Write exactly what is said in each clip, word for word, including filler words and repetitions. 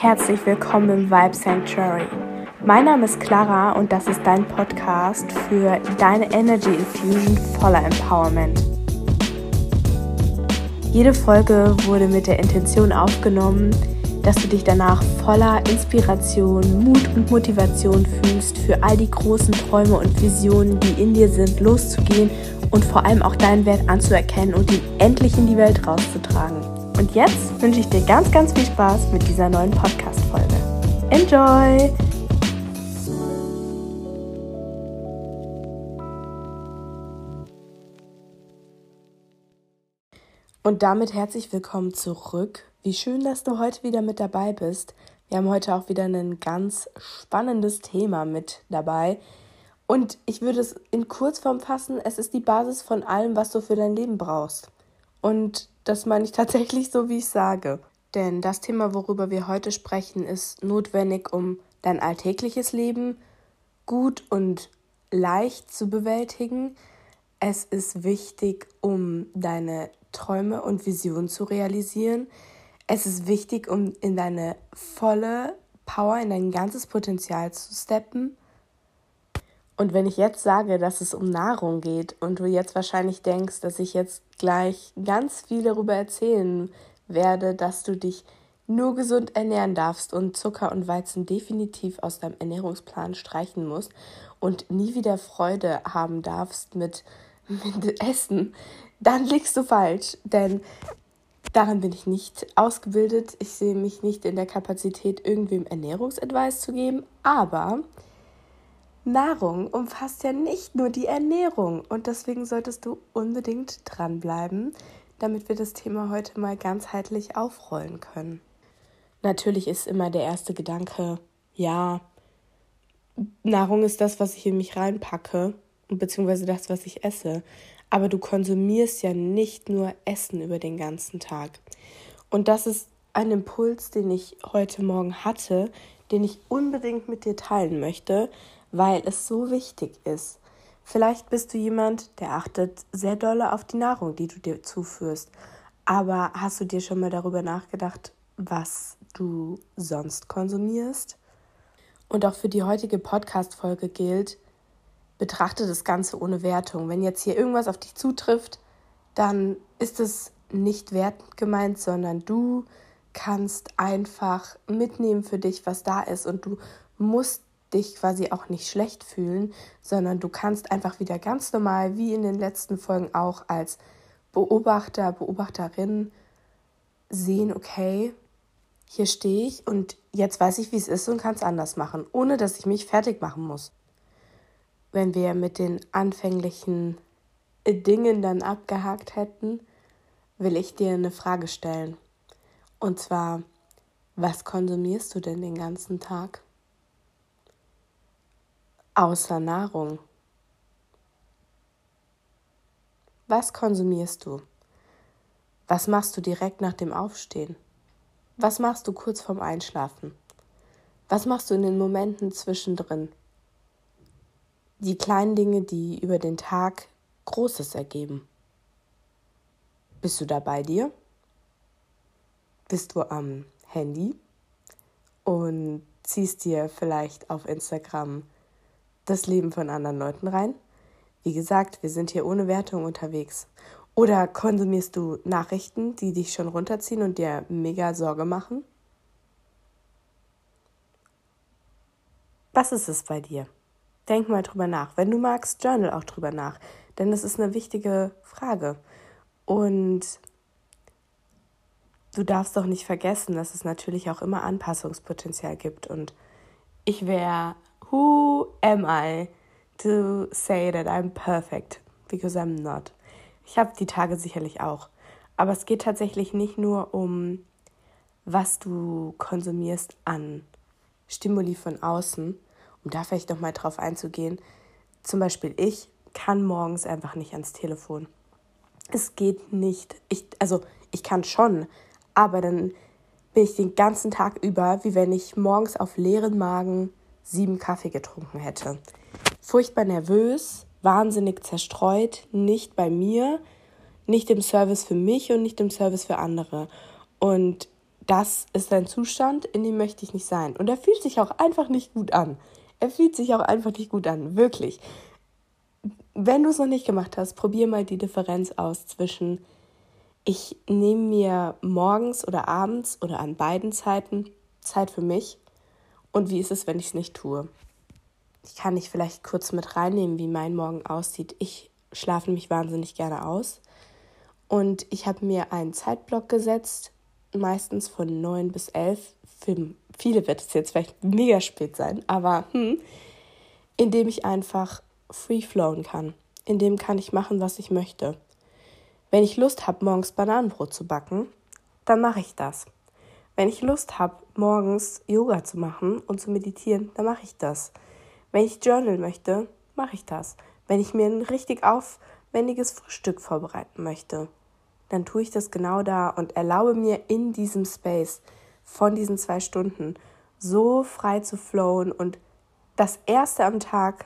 Herzlich willkommen im Vibe Sanctuary. Mein Name ist Clara und das ist dein Podcast für deine Energy Infusion voller Empowerment. Jede Folge wurde mit der Intention aufgenommen, dass du dich danach voller Inspiration, Mut und Motivation fühlst, für all die großen Träume und Visionen, die in dir sind, loszugehen und vor allem auch deinen Wert anzuerkennen und ihn endlich in die Welt rauszutragen. Und jetzt wünsche ich dir ganz, ganz viel Spaß mit dieser neuen Podcast-Folge. Enjoy! Und damit herzlich willkommen zurück. Wie schön, dass du heute wieder mit dabei bist. Wir haben heute auch wieder ein ganz spannendes Thema mit dabei. Und ich würde es in Kurzform fassen, es ist die Basis von allem, was du für dein Leben brauchst. Und das meine ich tatsächlich so, wie ich sage. Denn das Thema, worüber wir heute sprechen, ist notwendig, um dein alltägliches Leben gut und leicht zu bewältigen. Es ist wichtig, um deine Träume und Visionen zu realisieren. Es ist wichtig, um in deine volle Power, in dein ganzes Potenzial zu steppen. Und wenn ich jetzt sage, dass es um Nahrung geht und du jetzt wahrscheinlich denkst, dass ich jetzt gleich ganz viel darüber erzählen werde, dass du dich nur gesund ernähren darfst und Zucker und Weizen definitiv aus deinem Ernährungsplan streichen musst und nie wieder Freude haben darfst mit, mit Essen, dann liegst du falsch, denn darin bin ich nicht ausgebildet. Ich sehe mich nicht in der Kapazität, irgendwem Ernährungsadvice zu geben, aber Nahrung umfasst ja nicht nur die Ernährung und deswegen solltest du unbedingt dranbleiben, damit wir das Thema heute mal ganzheitlich aufrollen können. Natürlich ist immer der erste Gedanke, ja, Nahrung ist das, was ich in mich reinpacke, beziehungsweise das, was ich esse. Aber du konsumierst ja nicht nur Essen über den ganzen Tag. Und das ist ein Impuls, den ich heute Morgen hatte, den ich unbedingt mit dir teilen möchte, weil es so wichtig ist. Vielleicht bist du jemand, der achtet sehr doll auf die Nahrung, die du dir zuführst. Aber hast du dir schon mal darüber nachgedacht, was du sonst konsumierst? Und auch für die heutige Podcast-Folge gilt, betrachte das Ganze ohne Wertung. Wenn jetzt hier irgendwas auf dich zutrifft, dann ist es nicht wertend gemeint, sondern du kannst einfach mitnehmen für dich, was da ist. Und du musst dich quasi auch nicht schlecht fühlen, sondern du kannst einfach wieder ganz normal, wie in den letzten Folgen auch, als Beobachter, Beobachterin sehen, okay, hier stehe ich und jetzt weiß ich, wie es ist und kann es anders machen, ohne dass ich mich fertig machen muss. Wenn wir mit den anfänglichen Dingen dann abgehakt hätten, will ich dir eine Frage stellen. Und zwar, was konsumierst du denn den ganzen Tag? Außer Nahrung. Was konsumierst du? Was machst du direkt nach dem Aufstehen? Was machst du kurz vorm Einschlafen? Was machst du in den Momenten zwischendrin? Die kleinen Dinge, die über den Tag Großes ergeben. Bist du da bei dir? Bist du am Handy und ziehst dir vielleicht auf Instagram das Leben von anderen Leuten rein? Wie gesagt, wir sind hier ohne Wertung unterwegs. Oder konsumierst du Nachrichten, die dich schon runterziehen und dir mega Sorge machen? Was ist es bei dir? Denk mal drüber nach. Wenn du magst, journal auch drüber nach. Denn das ist eine wichtige Frage. Und du darfst doch nicht vergessen, dass es natürlich auch immer Anpassungspotenzial gibt. Und ich wäre, who am I to say that I'm perfect? Because I'm not. Ich habe die Tage sicherlich auch. Aber es geht tatsächlich nicht nur um, was du konsumierst an Stimuli von außen, um da vielleicht noch mal drauf einzugehen. Zum Beispiel ich kann morgens einfach nicht ans Telefon. Es geht nicht. Ich, also ich kann schon, aber dann bin ich den ganzen Tag über, wie wenn ich morgens auf leeren Magen sieben Kaffee getrunken hätte. Furchtbar nervös, wahnsinnig zerstreut, nicht bei mir, nicht im Service für mich und nicht im Service für andere. Und das ist ein Zustand, in dem möchte ich nicht sein. Und er fühlt sich auch einfach nicht gut an. Er fühlt sich auch einfach nicht gut an, wirklich. Wenn du es noch nicht gemacht hast, probier mal die Differenz aus zwischen ich nehme mir morgens oder abends oder an beiden Zeiten Zeit für mich und wie ist es, wenn ich es nicht tue. Ich kann dich vielleicht kurz mit reinnehmen, wie mein Morgen aussieht. Ich schlafe mich wahnsinnig gerne aus und ich habe mir einen Zeitblock gesetzt, meistens von neun bis elf. Für viele wird es jetzt vielleicht mega spät sein, aber hm, in dem ich einfach free flowen kann. In dem kann ich machen, was ich möchte. Wenn ich Lust habe, morgens Bananenbrot zu backen, dann mache ich das. Wenn ich Lust habe, morgens Yoga zu machen und zu meditieren, dann mache ich das. Wenn ich journalen möchte, mache ich das. Wenn ich mir ein richtig aufwendiges Frühstück vorbereiten möchte, dann tue ich das genau da und erlaube mir in diesem Space von diesen zwei Stunden so frei zu flowen und das Erste am Tag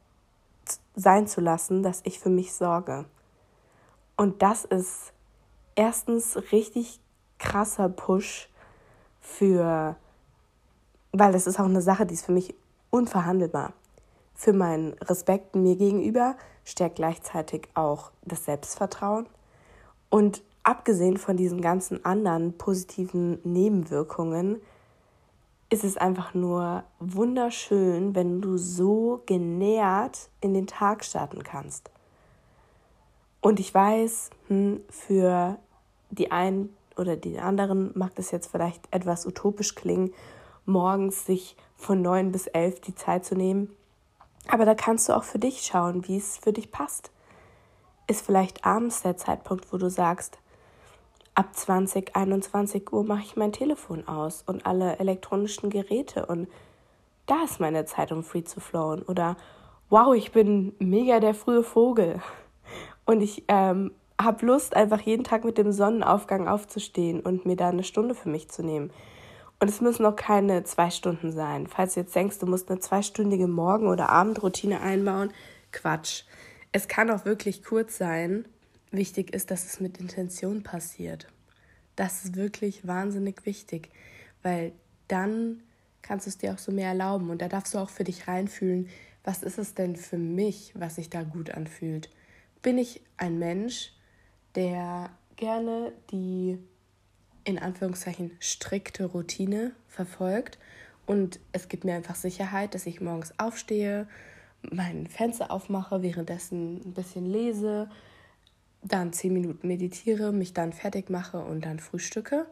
sein zu lassen, dass ich für mich sorge. Und das ist erstens richtig krasser Push für, weil das ist auch eine Sache, die ist für mich unverhandelbar. Für meinen Respekt mir gegenüber stärkt gleichzeitig auch das Selbstvertrauen. Und abgesehen von diesen ganzen anderen positiven Nebenwirkungen ist es einfach nur wunderschön, wenn du so genährt in den Tag starten kannst. Und ich weiß, hm, für die einen oder die anderen mag das jetzt vielleicht etwas utopisch klingen, morgens sich von neun bis elf die Zeit zu nehmen. Aber da kannst du auch für dich schauen, wie es für dich passt. Ist vielleicht abends der Zeitpunkt, wo du sagst, ab zwanzig, einundzwanzig Uhr mache ich mein Telefon aus und alle elektronischen Geräte und da ist meine Zeit, um free zu flowen. Oder wow, ich bin mega der frühe Vogel. Und ich ähm, habe Lust, einfach jeden Tag mit dem Sonnenaufgang aufzustehen und mir da eine Stunde für mich zu nehmen. Und es müssen auch keine zwei Stunden sein. Falls du jetzt denkst, du musst eine zweistündige Morgen- oder Abendroutine einbauen, Quatsch. Es kann auch wirklich kurz sein. Wichtig ist, dass es mit Intention passiert. Das ist wirklich wahnsinnig wichtig, weil dann kannst du es dir auch so mehr erlauben. Und da darfst du auch für dich reinfühlen, was ist es denn für mich, was sich da gut anfühlt. Bin ich ein Mensch, der gerne die, in Anführungszeichen, strikte Routine verfolgt und es gibt mir einfach Sicherheit, dass ich morgens aufstehe, mein Fenster aufmache, währenddessen ein bisschen lese, dann zehn Minuten meditiere, mich dann fertig mache und dann frühstücke?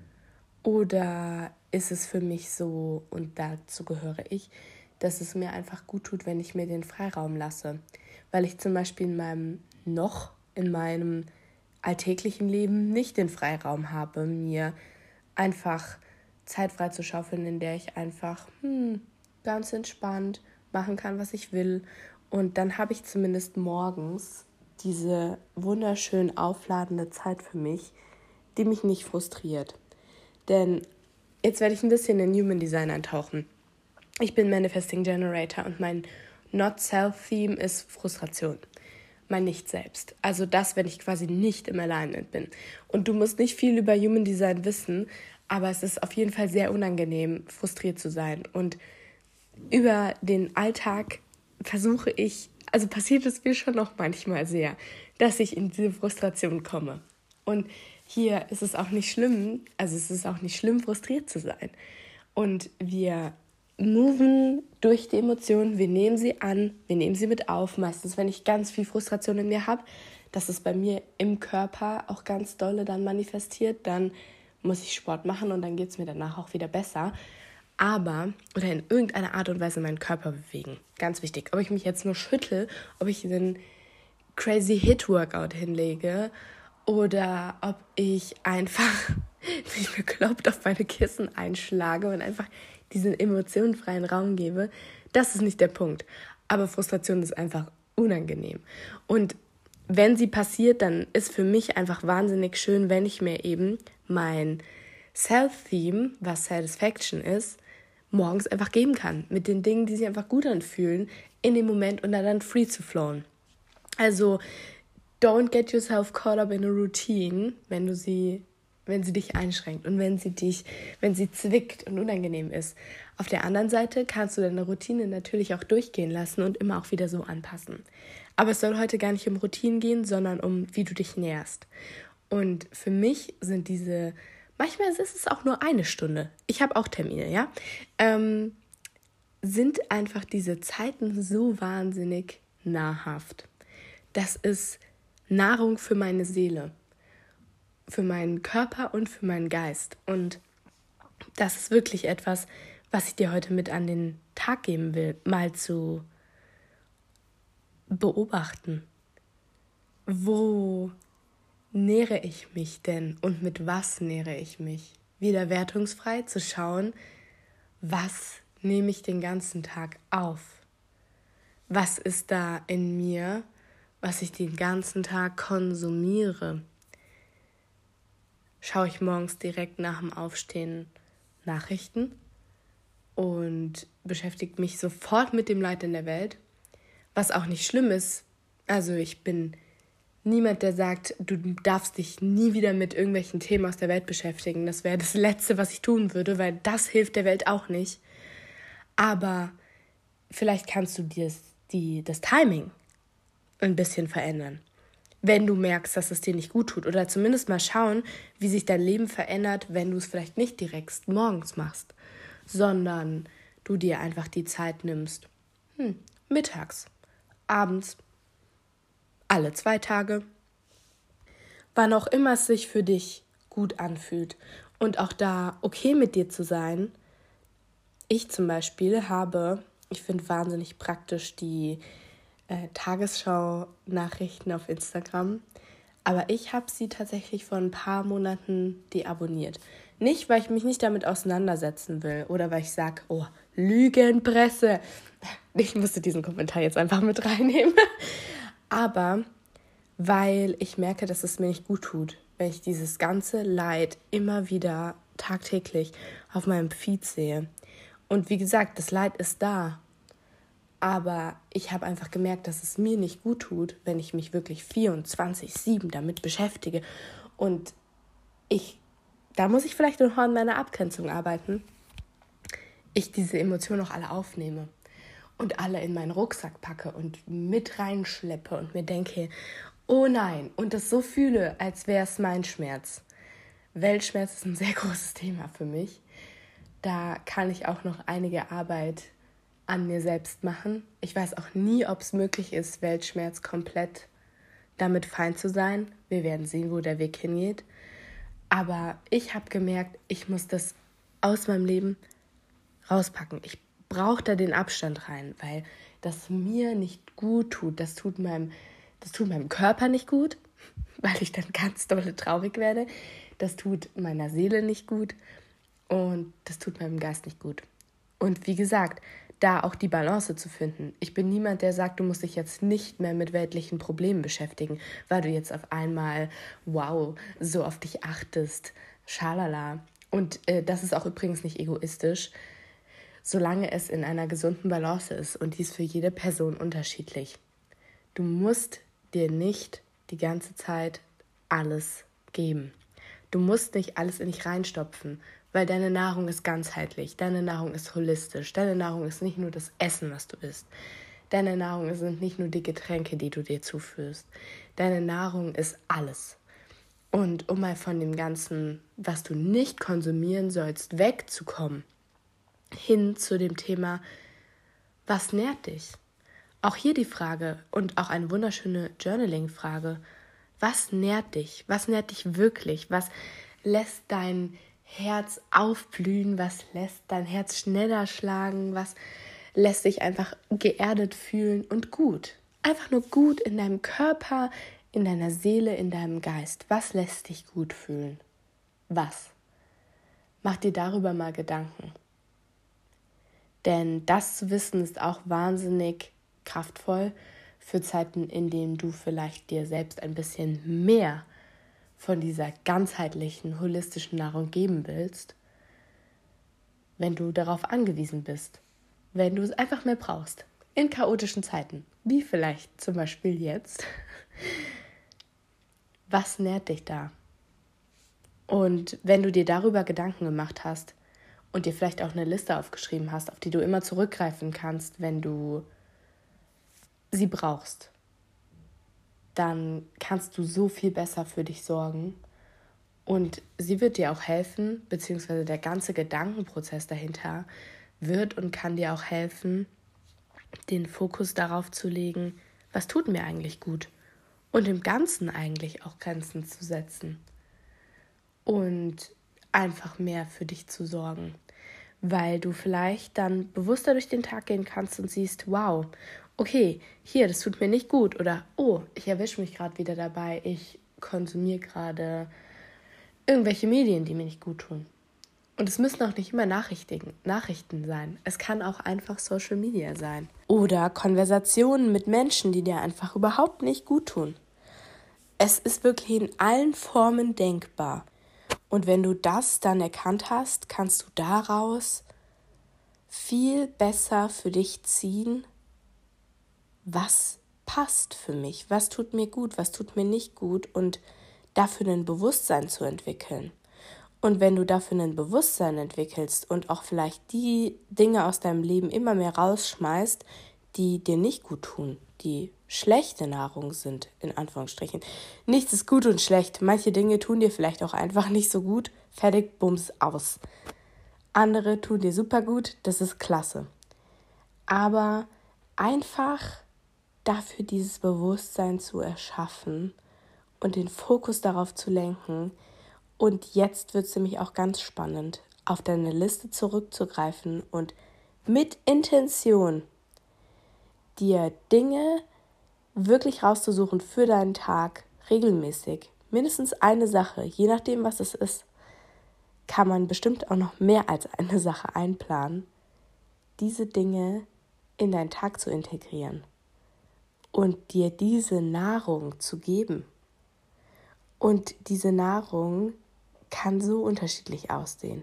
Oder ist es für mich so, und dazu gehöre ich, dass es mir einfach gut tut, wenn ich mir den Freiraum lasse? Weil ich zum Beispiel in meinem noch, in meinem alltäglichen Leben nicht den Freiraum habe, mir einfach Zeit frei zu schaufeln, in der ich einfach hm, ganz entspannt machen kann, was ich will. Und dann habe ich zumindest morgens diese wunderschön aufladende Zeit für mich, die mich nicht frustriert. Denn jetzt werde ich ein bisschen in Human Design eintauchen. Ich bin Manifesting Generator und mein Not-Self-Theme ist Frustration. Mein Nicht-Selbst. Also das, wenn ich quasi nicht im Alignment bin. Und du musst nicht viel über Human Design wissen, aber es ist auf jeden Fall sehr unangenehm, frustriert zu sein. Und über den Alltag versuche ich, also passiert es mir schon noch manchmal sehr, dass ich in diese Frustration komme. Und hier ist es auch nicht schlimm, also es ist auch nicht schlimm, frustriert zu sein. Und wir moven durch die Emotionen, wir nehmen sie an, wir nehmen sie mit auf. Meistens, wenn ich ganz viel Frustration in mir habe, dass es bei mir im Körper auch ganz dolle dann manifestiert, dann muss ich Sport machen und dann geht es mir danach auch wieder besser. Aber, oder in irgendeiner Art und Weise meinen Körper bewegen. Ganz wichtig. Ob ich mich jetzt nur schüttel, ob ich einen crazy Hit-Workout hinlege oder ob ich einfach mich bekloppt auf meine Kissen einschlage und einfach diesen emotionenfreien Raum gebe, das ist nicht der Punkt. Aber Frustration ist einfach unangenehm. Und wenn sie passiert, dann ist für mich einfach wahnsinnig schön, wenn ich mir eben mein Self-Theme, was Satisfaction ist, morgens einfach geben kann. Mit den Dingen, die sich einfach gut anfühlen, in dem Moment und dann free zu flowen. Also, don't get yourself caught up in a routine, wenn du sie wenn sie dich einschränkt und wenn sie dich, wenn sie zwickt und unangenehm ist. Auf der anderen Seite kannst du deine Routine natürlich auch durchgehen lassen und immer auch wieder so anpassen. Aber es soll heute gar nicht um Routinen gehen, sondern um, wie du dich näherst. Und für mich sind diese, manchmal ist es auch nur eine Stunde. Ich habe auch Termine, ja. Ähm, sind einfach diese Zeiten so wahnsinnig nahrhaft. Das ist Nahrung für meine Seele, für meinen Körper und für meinen Geist. Und das ist wirklich etwas, was ich dir heute mit an den Tag geben will, mal zu beobachten. Wo nähere ich mich denn und mit was nähere ich mich? Wieder wertungsfrei zu schauen, was nehme ich den ganzen Tag auf? Was ist da in mir, was ich den ganzen Tag konsumiere? Schaue ich morgens direkt nach dem Aufstehen Nachrichten und beschäftige mich sofort mit dem Leid in der Welt, was auch nicht schlimm ist. Also ich bin niemand, der sagt, du darfst dich nie wieder mit irgendwelchen Themen aus der Welt beschäftigen. Das wäre das Letzte, was ich tun würde, weil das hilft der Welt auch nicht. Aber vielleicht kannst du dir die, das Timing ein bisschen verändern, wenn du merkst, dass es dir nicht gut tut. Oder zumindest mal schauen, wie sich dein Leben verändert, wenn du es vielleicht nicht direkt morgens machst, sondern du dir einfach die Zeit nimmst. Hm, mittags, abends, alle zwei Tage. Wann auch immer es sich für dich gut anfühlt und auch da okay mit dir zu sein. Ich zum Beispiel habe, ich finde wahnsinnig praktisch die äh, Tagesschau-Nachrichten auf Instagram, aber ich habe sie tatsächlich vor ein paar Monaten deabonniert. Nicht, weil ich mich nicht damit auseinandersetzen will oder weil ich sage, oh, Lügenpresse. Ich musste diesen Kommentar jetzt einfach mit reinnehmen. Aber weil ich merke, dass es mir nicht gut tut, wenn ich dieses ganze Leid immer wieder tagtäglich auf meinem Feed sehe. Und wie gesagt, das Leid ist da. Aber ich habe einfach gemerkt, dass es mir nicht gut tut, wenn ich mich wirklich vierundzwanzig sieben damit beschäftige. Und ich, da muss ich vielleicht noch an meiner Abgrenzung arbeiten, ich diese Emotionen auch alle aufnehme und alle in meinen Rucksack packe und mit reinschleppe und mir denke, oh nein, und das so fühle, als wäre es mein Schmerz. Weltschmerz ist ein sehr großes Thema für mich. Da kann ich auch noch einige Arbeit an mir selbst machen. Ich weiß auch nie, ob es möglich ist, Weltschmerz komplett damit fein zu sein. Wir werden sehen, wo der Weg hingeht. Aber ich habe gemerkt, ich muss das aus meinem Leben rauspacken. Ich brauche da den Abstand rein, weil das mir nicht gut tut. Das tut meinem, das tut meinem Körper nicht gut, weil ich dann ganz dolle traurig werde. Das tut meiner Seele nicht gut und das tut meinem Geist nicht gut. Und wie gesagt, da auch die Balance zu finden. Ich bin niemand, der sagt, du musst dich jetzt nicht mehr mit weltlichen Problemen beschäftigen, weil du jetzt auf einmal, wow, so auf dich achtest, schalala. Und äh, das ist auch übrigens nicht egoistisch, solange es in einer gesunden Balance ist. Und die ist für jede Person unterschiedlich. Du musst dir nicht die ganze Zeit alles geben. Du musst nicht alles in dich reinstopfen, weil deine Nahrung ist ganzheitlich, deine Nahrung ist holistisch, deine Nahrung ist nicht nur das Essen, was du isst. Deine Nahrung sind nicht nur die Getränke, die du dir zuführst. Deine Nahrung ist alles. Und um mal von dem Ganzen, was du nicht konsumieren sollst, wegzukommen, hin zu dem Thema, was nährt dich? Auch hier die Frage und auch eine wunderschöne Journaling-Frage. Was nährt dich? Was nährt dich wirklich? Was lässt dein Herz aufblühen? Was lässt dein Herz schneller schlagen? Was lässt dich einfach geerdet fühlen und gut? Einfach nur gut in deinem Körper, in deiner Seele, in deinem Geist. Was lässt dich gut fühlen? Was? Mach dir darüber mal Gedanken. Denn das zu wissen ist auch wahnsinnig kraftvoll für Zeiten, in denen du vielleicht dir selbst ein bisschen mehr von dieser ganzheitlichen, holistischen Nahrung geben willst, wenn du darauf angewiesen bist, wenn du es einfach mehr brauchst, in chaotischen Zeiten, wie vielleicht zum Beispiel jetzt. Was nährt dich da? Und wenn du dir darüber Gedanken gemacht hast und dir vielleicht auch eine Liste aufgeschrieben hast, auf die du immer zurückgreifen kannst, wenn du sie brauchst, dann kannst du so viel besser für dich sorgen. Und sie wird dir auch helfen, beziehungsweise der ganze Gedankenprozess dahinter wird und kann dir auch helfen, den Fokus darauf zu legen, was tut mir eigentlich gut und im Ganzen eigentlich auch Grenzen zu setzen und einfach mehr für dich zu sorgen, weil du vielleicht dann bewusster durch den Tag gehen kannst und siehst, wow, okay, hier, das tut mir nicht gut oder oh, ich erwische mich gerade wieder dabei, ich konsumiere gerade irgendwelche Medien, die mir nicht gut tun. Und es müssen auch nicht immer Nachrichten, Nachrichten sein. Es kann auch einfach Social Media sein. Oder Konversationen mit Menschen, die dir einfach überhaupt nicht gut tun. Es ist wirklich in allen Formen denkbar. Und wenn du das dann erkannt hast, kannst du daraus viel besser für dich ziehen, was passt für mich, was tut mir gut, was tut mir nicht gut und dafür ein Bewusstsein zu entwickeln. Und wenn du dafür ein Bewusstsein entwickelst und auch vielleicht die Dinge aus deinem Leben immer mehr rausschmeißt, die dir nicht gut tun, die schlechte Nahrung sind, in Anführungsstrichen. Nichts ist gut und schlecht. Manche Dinge tun dir vielleicht auch einfach nicht so gut. Fertig, bums, aus. Andere tun dir super gut, das ist klasse. Aber einfach dafür dieses Bewusstsein zu erschaffen und den Fokus darauf zu lenken. Und jetzt wird es nämlich auch ganz spannend, auf deine Liste zurückzugreifen und mit Intention dir Dinge wirklich rauszusuchen für deinen Tag, regelmäßig. Mindestens eine Sache, je nachdem, was es ist, kann man bestimmt auch noch mehr als eine Sache einplanen, diese Dinge in deinen Tag zu integrieren und dir diese Nahrung zu geben. Und diese Nahrung kann so unterschiedlich aussehen.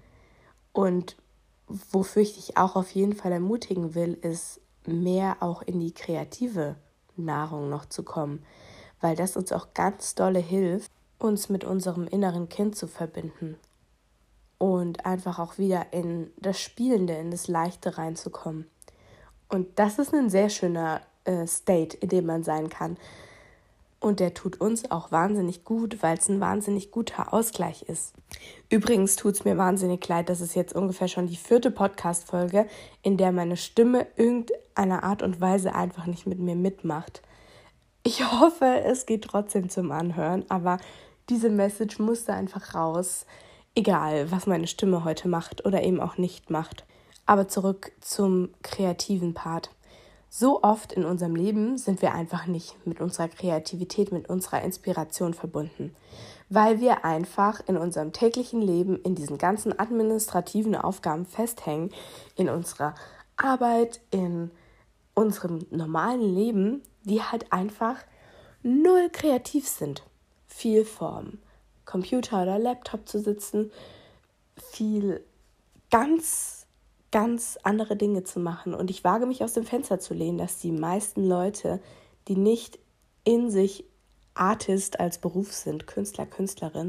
Und wofür ich dich auch auf jeden Fall ermutigen will, ist mehr auch in die kreative Nahrung noch zu kommen, weil das uns auch ganz dolle hilft, uns mit unserem inneren Kind zu verbinden und einfach auch wieder in das Spielende, in das Leichte reinzukommen. Und das ist ein sehr schöner äh, State, in dem man sein kann. Und der tut uns auch wahnsinnig gut, weil es ein wahnsinnig guter Ausgleich ist. Übrigens tut es mir wahnsinnig leid, das ist jetzt ungefähr schon die vierte Podcast-Folge, in der meine Stimme irgendeiner Art und Weise einfach nicht mit mir mitmacht. Ich hoffe, es geht trotzdem zum Anhören, aber diese Message musste einfach raus, egal was meine Stimme heute macht oder eben auch nicht macht. Aber zurück zum kreativen Part. So oft in unserem Leben sind wir einfach nicht mit unserer Kreativität, mit unserer Inspiration verbunden, weil wir einfach in unserem täglichen Leben in diesen ganzen administrativen Aufgaben festhängen, in unserer Arbeit, in unserem normalen Leben, die halt einfach null kreativ sind. Viel vorm Computer oder Laptop zu sitzen, viel ganz ganz andere Dinge zu machen. Und ich wage mich aus dem Fenster zu lehnen, dass die meisten Leute, die nicht in sich Artist als Beruf sind, Künstler, Künstlerin,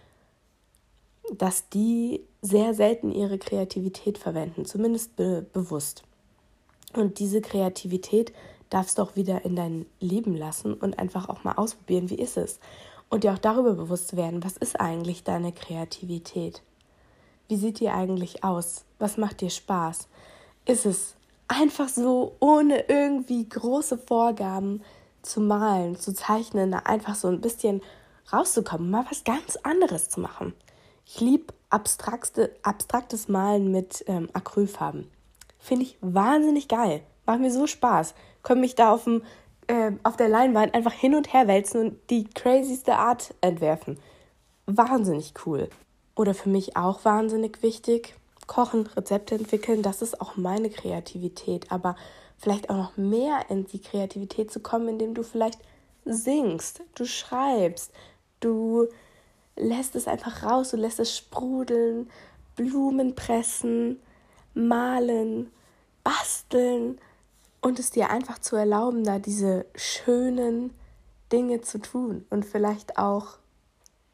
dass die sehr selten ihre Kreativität verwenden, zumindest be- bewusst. Und diese Kreativität darfst du auch wieder in dein Leben lassen und einfach auch mal ausprobieren, wie ist es? Und dir auch darüber bewusst werden, was ist eigentlich deine Kreativität? Wie sieht die eigentlich aus? Was macht dir Spaß? Ist es einfach so, ohne irgendwie große Vorgaben zu malen, zu zeichnen, da einfach so ein bisschen rauszukommen, mal was ganz anderes zu machen? Ich liebe abstrakte, abstraktes Malen mit ähm, Acrylfarben. Finde ich wahnsinnig geil. Macht mir so Spaß. Können mich da auf, dem, äh, auf der Leinwand einfach hin und her wälzen und die crazyste Art entwerfen. Wahnsinnig cool. Oder für mich auch wahnsinnig wichtig, kochen, Rezepte entwickeln, das ist auch meine Kreativität. Aber vielleicht auch noch mehr in die Kreativität zu kommen, indem du vielleicht singst, du schreibst, du lässt es einfach raus, du lässt es sprudeln, Blumen pressen, malen, basteln und es dir einfach zu erlauben, da diese schönen Dinge zu tun und vielleicht auch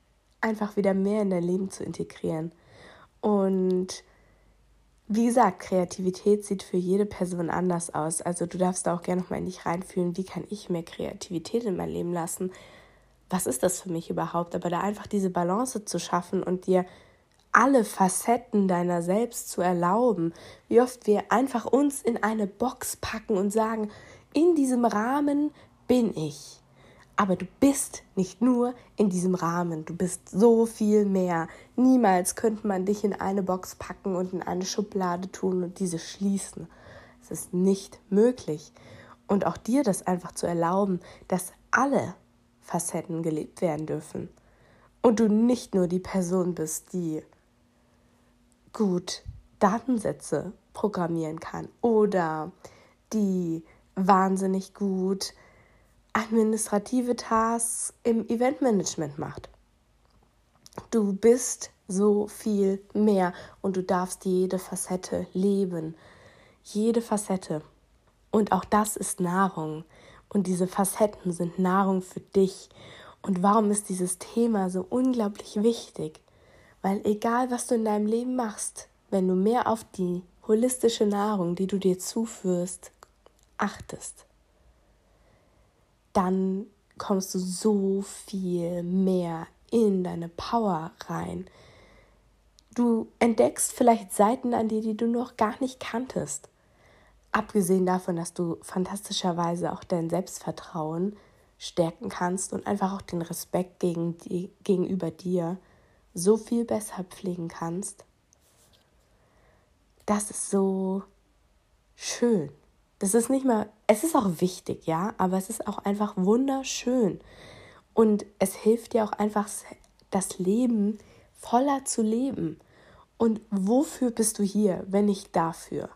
einfach wieder mehr in dein Leben zu integrieren. Und wie gesagt, Kreativität sieht für jede Person anders aus. Also du darfst da auch gerne nochmal in dich reinfühlen, wie kann ich mehr Kreativität in mein Leben lassen? Was ist das für mich überhaupt? Aber da einfach diese Balance zu schaffen und dir alle Facetten deiner selbst zu erlauben. Wie oft wir einfach uns in eine Box packen und sagen, in diesem Rahmen bin ich. Aber du bist nicht nur in diesem Rahmen, du bist so viel mehr. Niemals könnte man dich in eine Box packen und in eine Schublade tun und diese schließen. Es ist nicht möglich. Und auch dir das einfach zu erlauben, dass alle Facetten gelebt werden dürfen. Und du nicht nur die Person bist, die gut Datensätze programmieren kann oder die wahnsinnig gut administrative Tasks im Eventmanagement macht. Du bist so viel mehr und du darfst jede Facette leben. Jede Facette. Und auch das ist Nahrung. Und diese Facetten sind Nahrung für dich. Und warum ist dieses Thema so unglaublich wichtig? Weil egal, was du in deinem Leben machst, wenn du mehr auf die holistische Nahrung, die du dir zuführst, achtest, dann kommst du so viel mehr in deine Power rein. Du entdeckst vielleicht Seiten an dir, die du noch gar nicht kanntest. Abgesehen davon, dass du fantastischerweise auch dein Selbstvertrauen stärken kannst und einfach auch den Respekt gegen die, gegenüber dir so viel besser pflegen kannst. Das ist so schön. Das ist nicht mal, es ist auch wichtig, ja, aber es ist auch einfach wunderschön. Und es hilft dir auch einfach, das Leben voller zu leben. Und wofür bist du hier, wenn nicht dafür?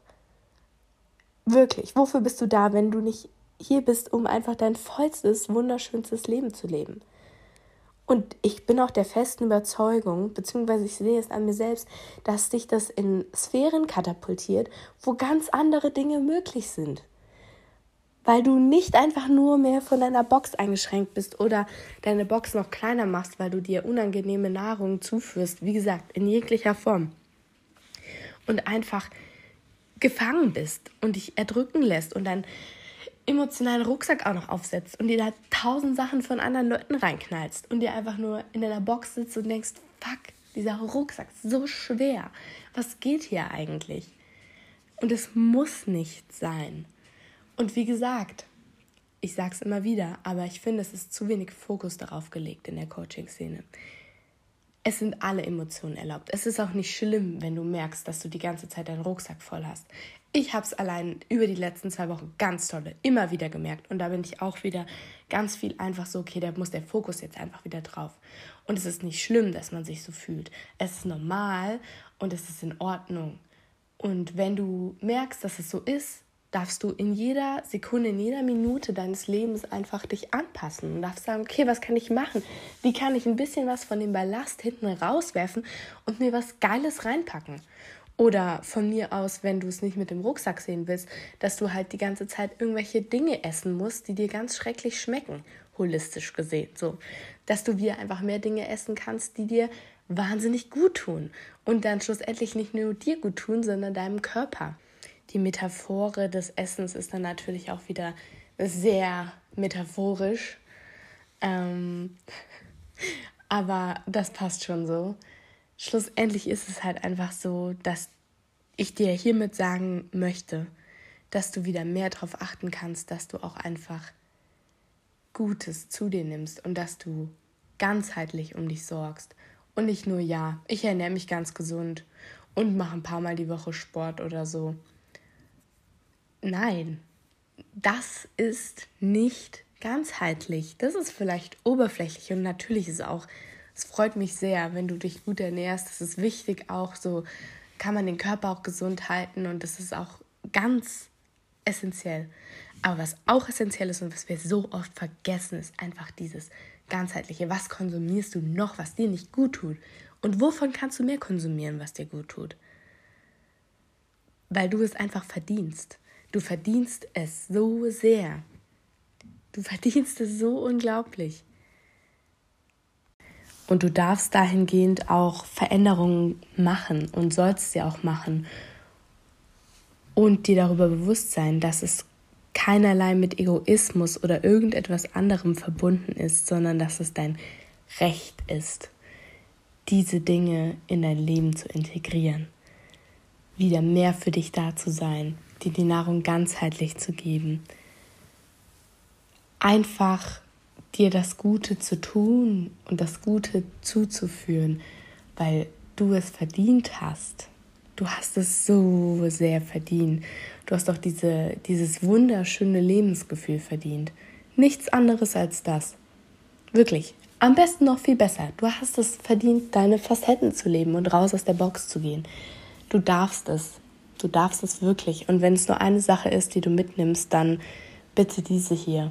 Wirklich, wofür bist du da, wenn du nicht hier bist, um einfach dein vollstes, wunderschönstes Leben zu leben? Und ich bin auch der festen Überzeugung, beziehungsweise ich sehe es an mir selbst, dass dich das in Sphären katapultiert, wo ganz andere Dinge möglich sind. Weil du nicht einfach nur mehr von deiner Box eingeschränkt bist oder deine Box noch kleiner machst, weil du dir unangenehme Nahrung zuführst, wie gesagt, in jeglicher Form. Und einfach gefangen bist und dich erdrücken lässt und dann emotionalen Rucksack auch noch aufsetzt und dir da tausend Sachen von anderen Leuten reinknallst und dir einfach nur in deiner Box sitzt und denkst, fuck, dieser Rucksack ist so schwer. Was geht hier eigentlich? Und es muss nicht sein. Und wie gesagt, ich sag's immer wieder, aber ich finde, es ist zu wenig Fokus darauf gelegt in der Coaching-Szene. Es sind alle Emotionen erlaubt. Es ist auch nicht schlimm, wenn du merkst, dass du die ganze Zeit deinen Rucksack voll hast. Ich habe es allein über die letzten zwei Wochen ganz tolle immer wieder gemerkt. Und da bin ich auch wieder ganz viel einfach so, okay, da muss der Fokus jetzt einfach wieder drauf. Und es ist nicht schlimm, dass man sich so fühlt. Es ist normal und es ist in Ordnung. Und wenn du merkst, dass es so ist, darfst du in jeder Sekunde, in jeder Minute deines Lebens einfach dich anpassen und darfst sagen, okay, was kann ich machen? Wie kann ich ein bisschen was von dem Ballast hinten rauswerfen und mir was Geiles reinpacken? Oder von mir aus, wenn du es nicht mit dem Rucksack sehen willst, dass du halt die ganze Zeit irgendwelche Dinge essen musst, die dir ganz schrecklich schmecken, holistisch gesehen. So, dass du wieder einfach mehr Dinge essen kannst, die dir wahnsinnig gut tun und dann schlussendlich nicht nur dir gut tun, sondern deinem Körper. Die Metaphore des Essens ist dann natürlich auch wieder sehr metaphorisch, ähm, aber das passt schon so. Schlussendlich ist es halt einfach so, dass ich dir hiermit sagen möchte, dass du wieder mehr darauf achten kannst, dass du auch einfach Gutes zu dir nimmst und dass du ganzheitlich um dich sorgst. Und nicht nur, ja, ich ernähre mich ganz gesund und mache ein paar Mal die Woche Sport oder so. Nein, das ist nicht ganzheitlich. Das ist vielleicht oberflächlich und natürlich ist es auch, es freut mich sehr, wenn du dich gut ernährst. Das ist wichtig auch, so kann man den Körper auch gesund halten und das ist auch ganz essentiell. Aber was auch essentiell ist und was wir so oft vergessen, ist einfach dieses ganzheitliche. Was konsumierst du noch, was dir nicht gut tut? Und wovon kannst du mehr konsumieren, was dir gut tut? Weil du es einfach verdienst. Du verdienst es so sehr. Du verdienst es so unglaublich. Und du darfst dahingehend auch Veränderungen machen und sollst sie auch machen. Und dir darüber bewusst sein, dass es keinerlei mit Egoismus oder irgendetwas anderem verbunden ist, sondern dass es dein Recht ist, diese Dinge in dein Leben zu integrieren. Wieder mehr für dich da zu sein, dir die Nahrung ganzheitlich zu geben. Einfach dir das Gute zu tun und das Gute zuzuführen, weil du es verdient hast. Du hast es so sehr verdient. Du hast auch diese, dieses wunderschöne Lebensgefühl verdient. Nichts anderes als das. Wirklich. Am besten noch viel besser. Du hast es verdient, deine Facetten zu leben und raus aus der Box zu gehen. Du darfst es. Du darfst es wirklich. Und wenn es nur eine Sache ist, die du mitnimmst, dann bitte diese hier.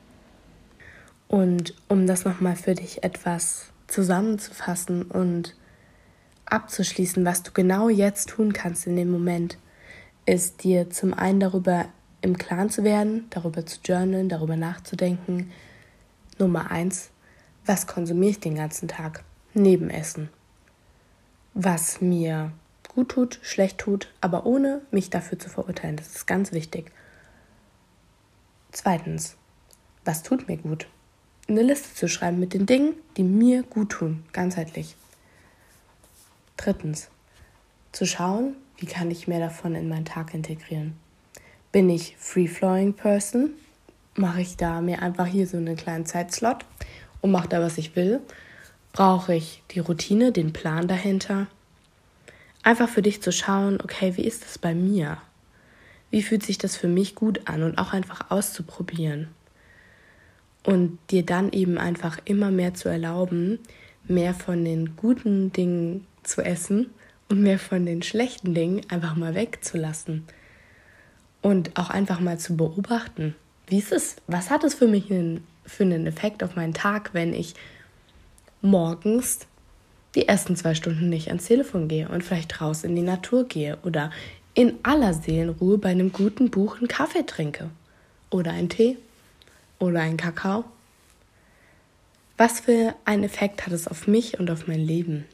Und um das nochmal für dich etwas zusammenzufassen und abzuschließen, was du genau jetzt tun kannst in dem Moment, ist dir zum einen darüber im Klaren zu werden, darüber zu journalen, darüber nachzudenken. Nummer eins, was konsumiere ich den ganzen Tag? Neben Essen. Was mir gut tut, schlecht tut, aber ohne mich dafür zu verurteilen. Das ist ganz wichtig. Zweitens, was tut mir gut? Eine Liste zu schreiben mit den Dingen, die mir gut tun, ganzheitlich. Drittens, zu schauen, wie kann ich mehr davon in meinen Tag integrieren. Bin ich Free-Flowing Person? Mache ich da mir einfach hier so einen kleinen Zeitslot und mache da, was ich will? Brauche ich die Routine, den Plan dahinter? Einfach für dich zu schauen, okay, wie ist das bei mir? Wie fühlt sich das für mich gut an? Und auch einfach auszuprobieren. Und dir dann eben einfach immer mehr zu erlauben, mehr von den guten Dingen zu essen und mehr von den schlechten Dingen einfach mal wegzulassen. Und auch einfach mal zu beobachten, wie ist es, was hat es für mich einen, für einen Effekt auf meinen Tag, wenn ich morgens die ersten zwei Stunden nicht ans Telefon gehe und vielleicht raus in die Natur gehe oder in aller Seelenruhe bei einem guten Buch einen Kaffee trinke oder einen Tee. Oder ein Kakao. Was für einen Effekt hat es auf mich und auf mein Leben?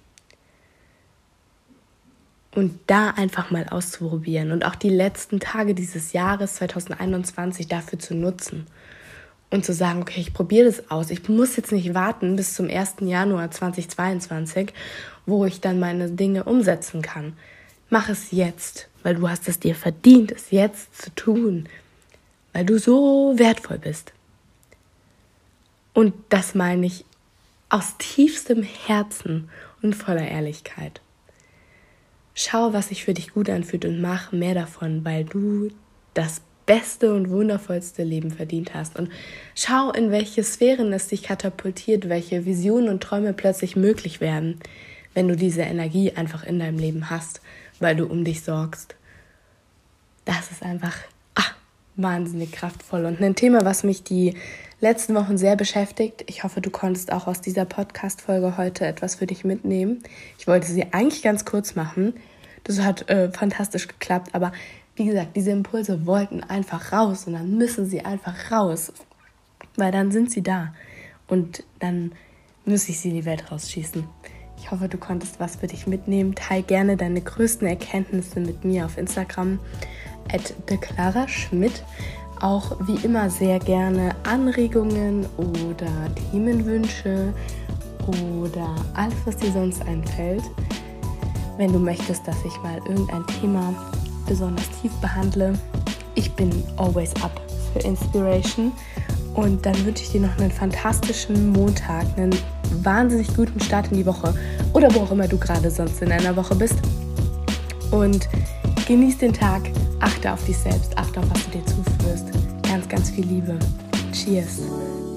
Und da einfach mal auszuprobieren und auch die letzten Tage dieses Jahres zwanzig einundzwanzig dafür zu nutzen und zu sagen, okay, ich probiere das aus. Ich muss jetzt nicht warten bis zum ersten Januar zweitausendzweiundzwanzig, wo ich dann meine Dinge umsetzen kann. Mach es jetzt, weil du hast es dir verdient, es jetzt zu tun, weil du so wertvoll bist. Und das meine ich aus tiefstem Herzen und voller Ehrlichkeit. Schau, was sich für dich gut anfühlt und mach mehr davon, weil du das beste und wundervollste Leben verdient hast. Und schau, in welche Sphären es dich katapultiert, welche Visionen und Träume plötzlich möglich werden, wenn du diese Energie einfach in deinem Leben hast, weil du um dich sorgst. Das ist einfach ah, wahnsinnig kraftvoll und ein Thema, was mich die letzten Wochen sehr beschäftigt. Ich hoffe, du konntest auch aus dieser Podcast-Folge heute etwas für dich mitnehmen. Ich wollte sie eigentlich ganz kurz machen. Das hat äh, fantastisch geklappt, aber wie gesagt, diese Impulse wollten einfach raus und dann müssen sie einfach raus, weil dann sind sie da und dann muss ich sie in die Welt rausschießen. Ich hoffe, du konntest was für dich mitnehmen. Teil gerne deine größten Erkenntnisse mit mir auf Instagram at declaraschmidt. Auch wie immer sehr gerne Anregungen oder Themenwünsche oder alles, was dir sonst einfällt. Wenn du möchtest, dass ich mal irgendein Thema besonders tief behandle, ich bin always up für Inspiration. Und dann wünsche ich dir noch einen fantastischen Montag, einen wahnsinnig guten Start in die Woche oder wo auch immer du gerade sonst in einer Woche bist. Und genieß den Tag, achte auf dich selbst, achte auf was du dir zuführst. Ganz, ganz viel Liebe. Cheers.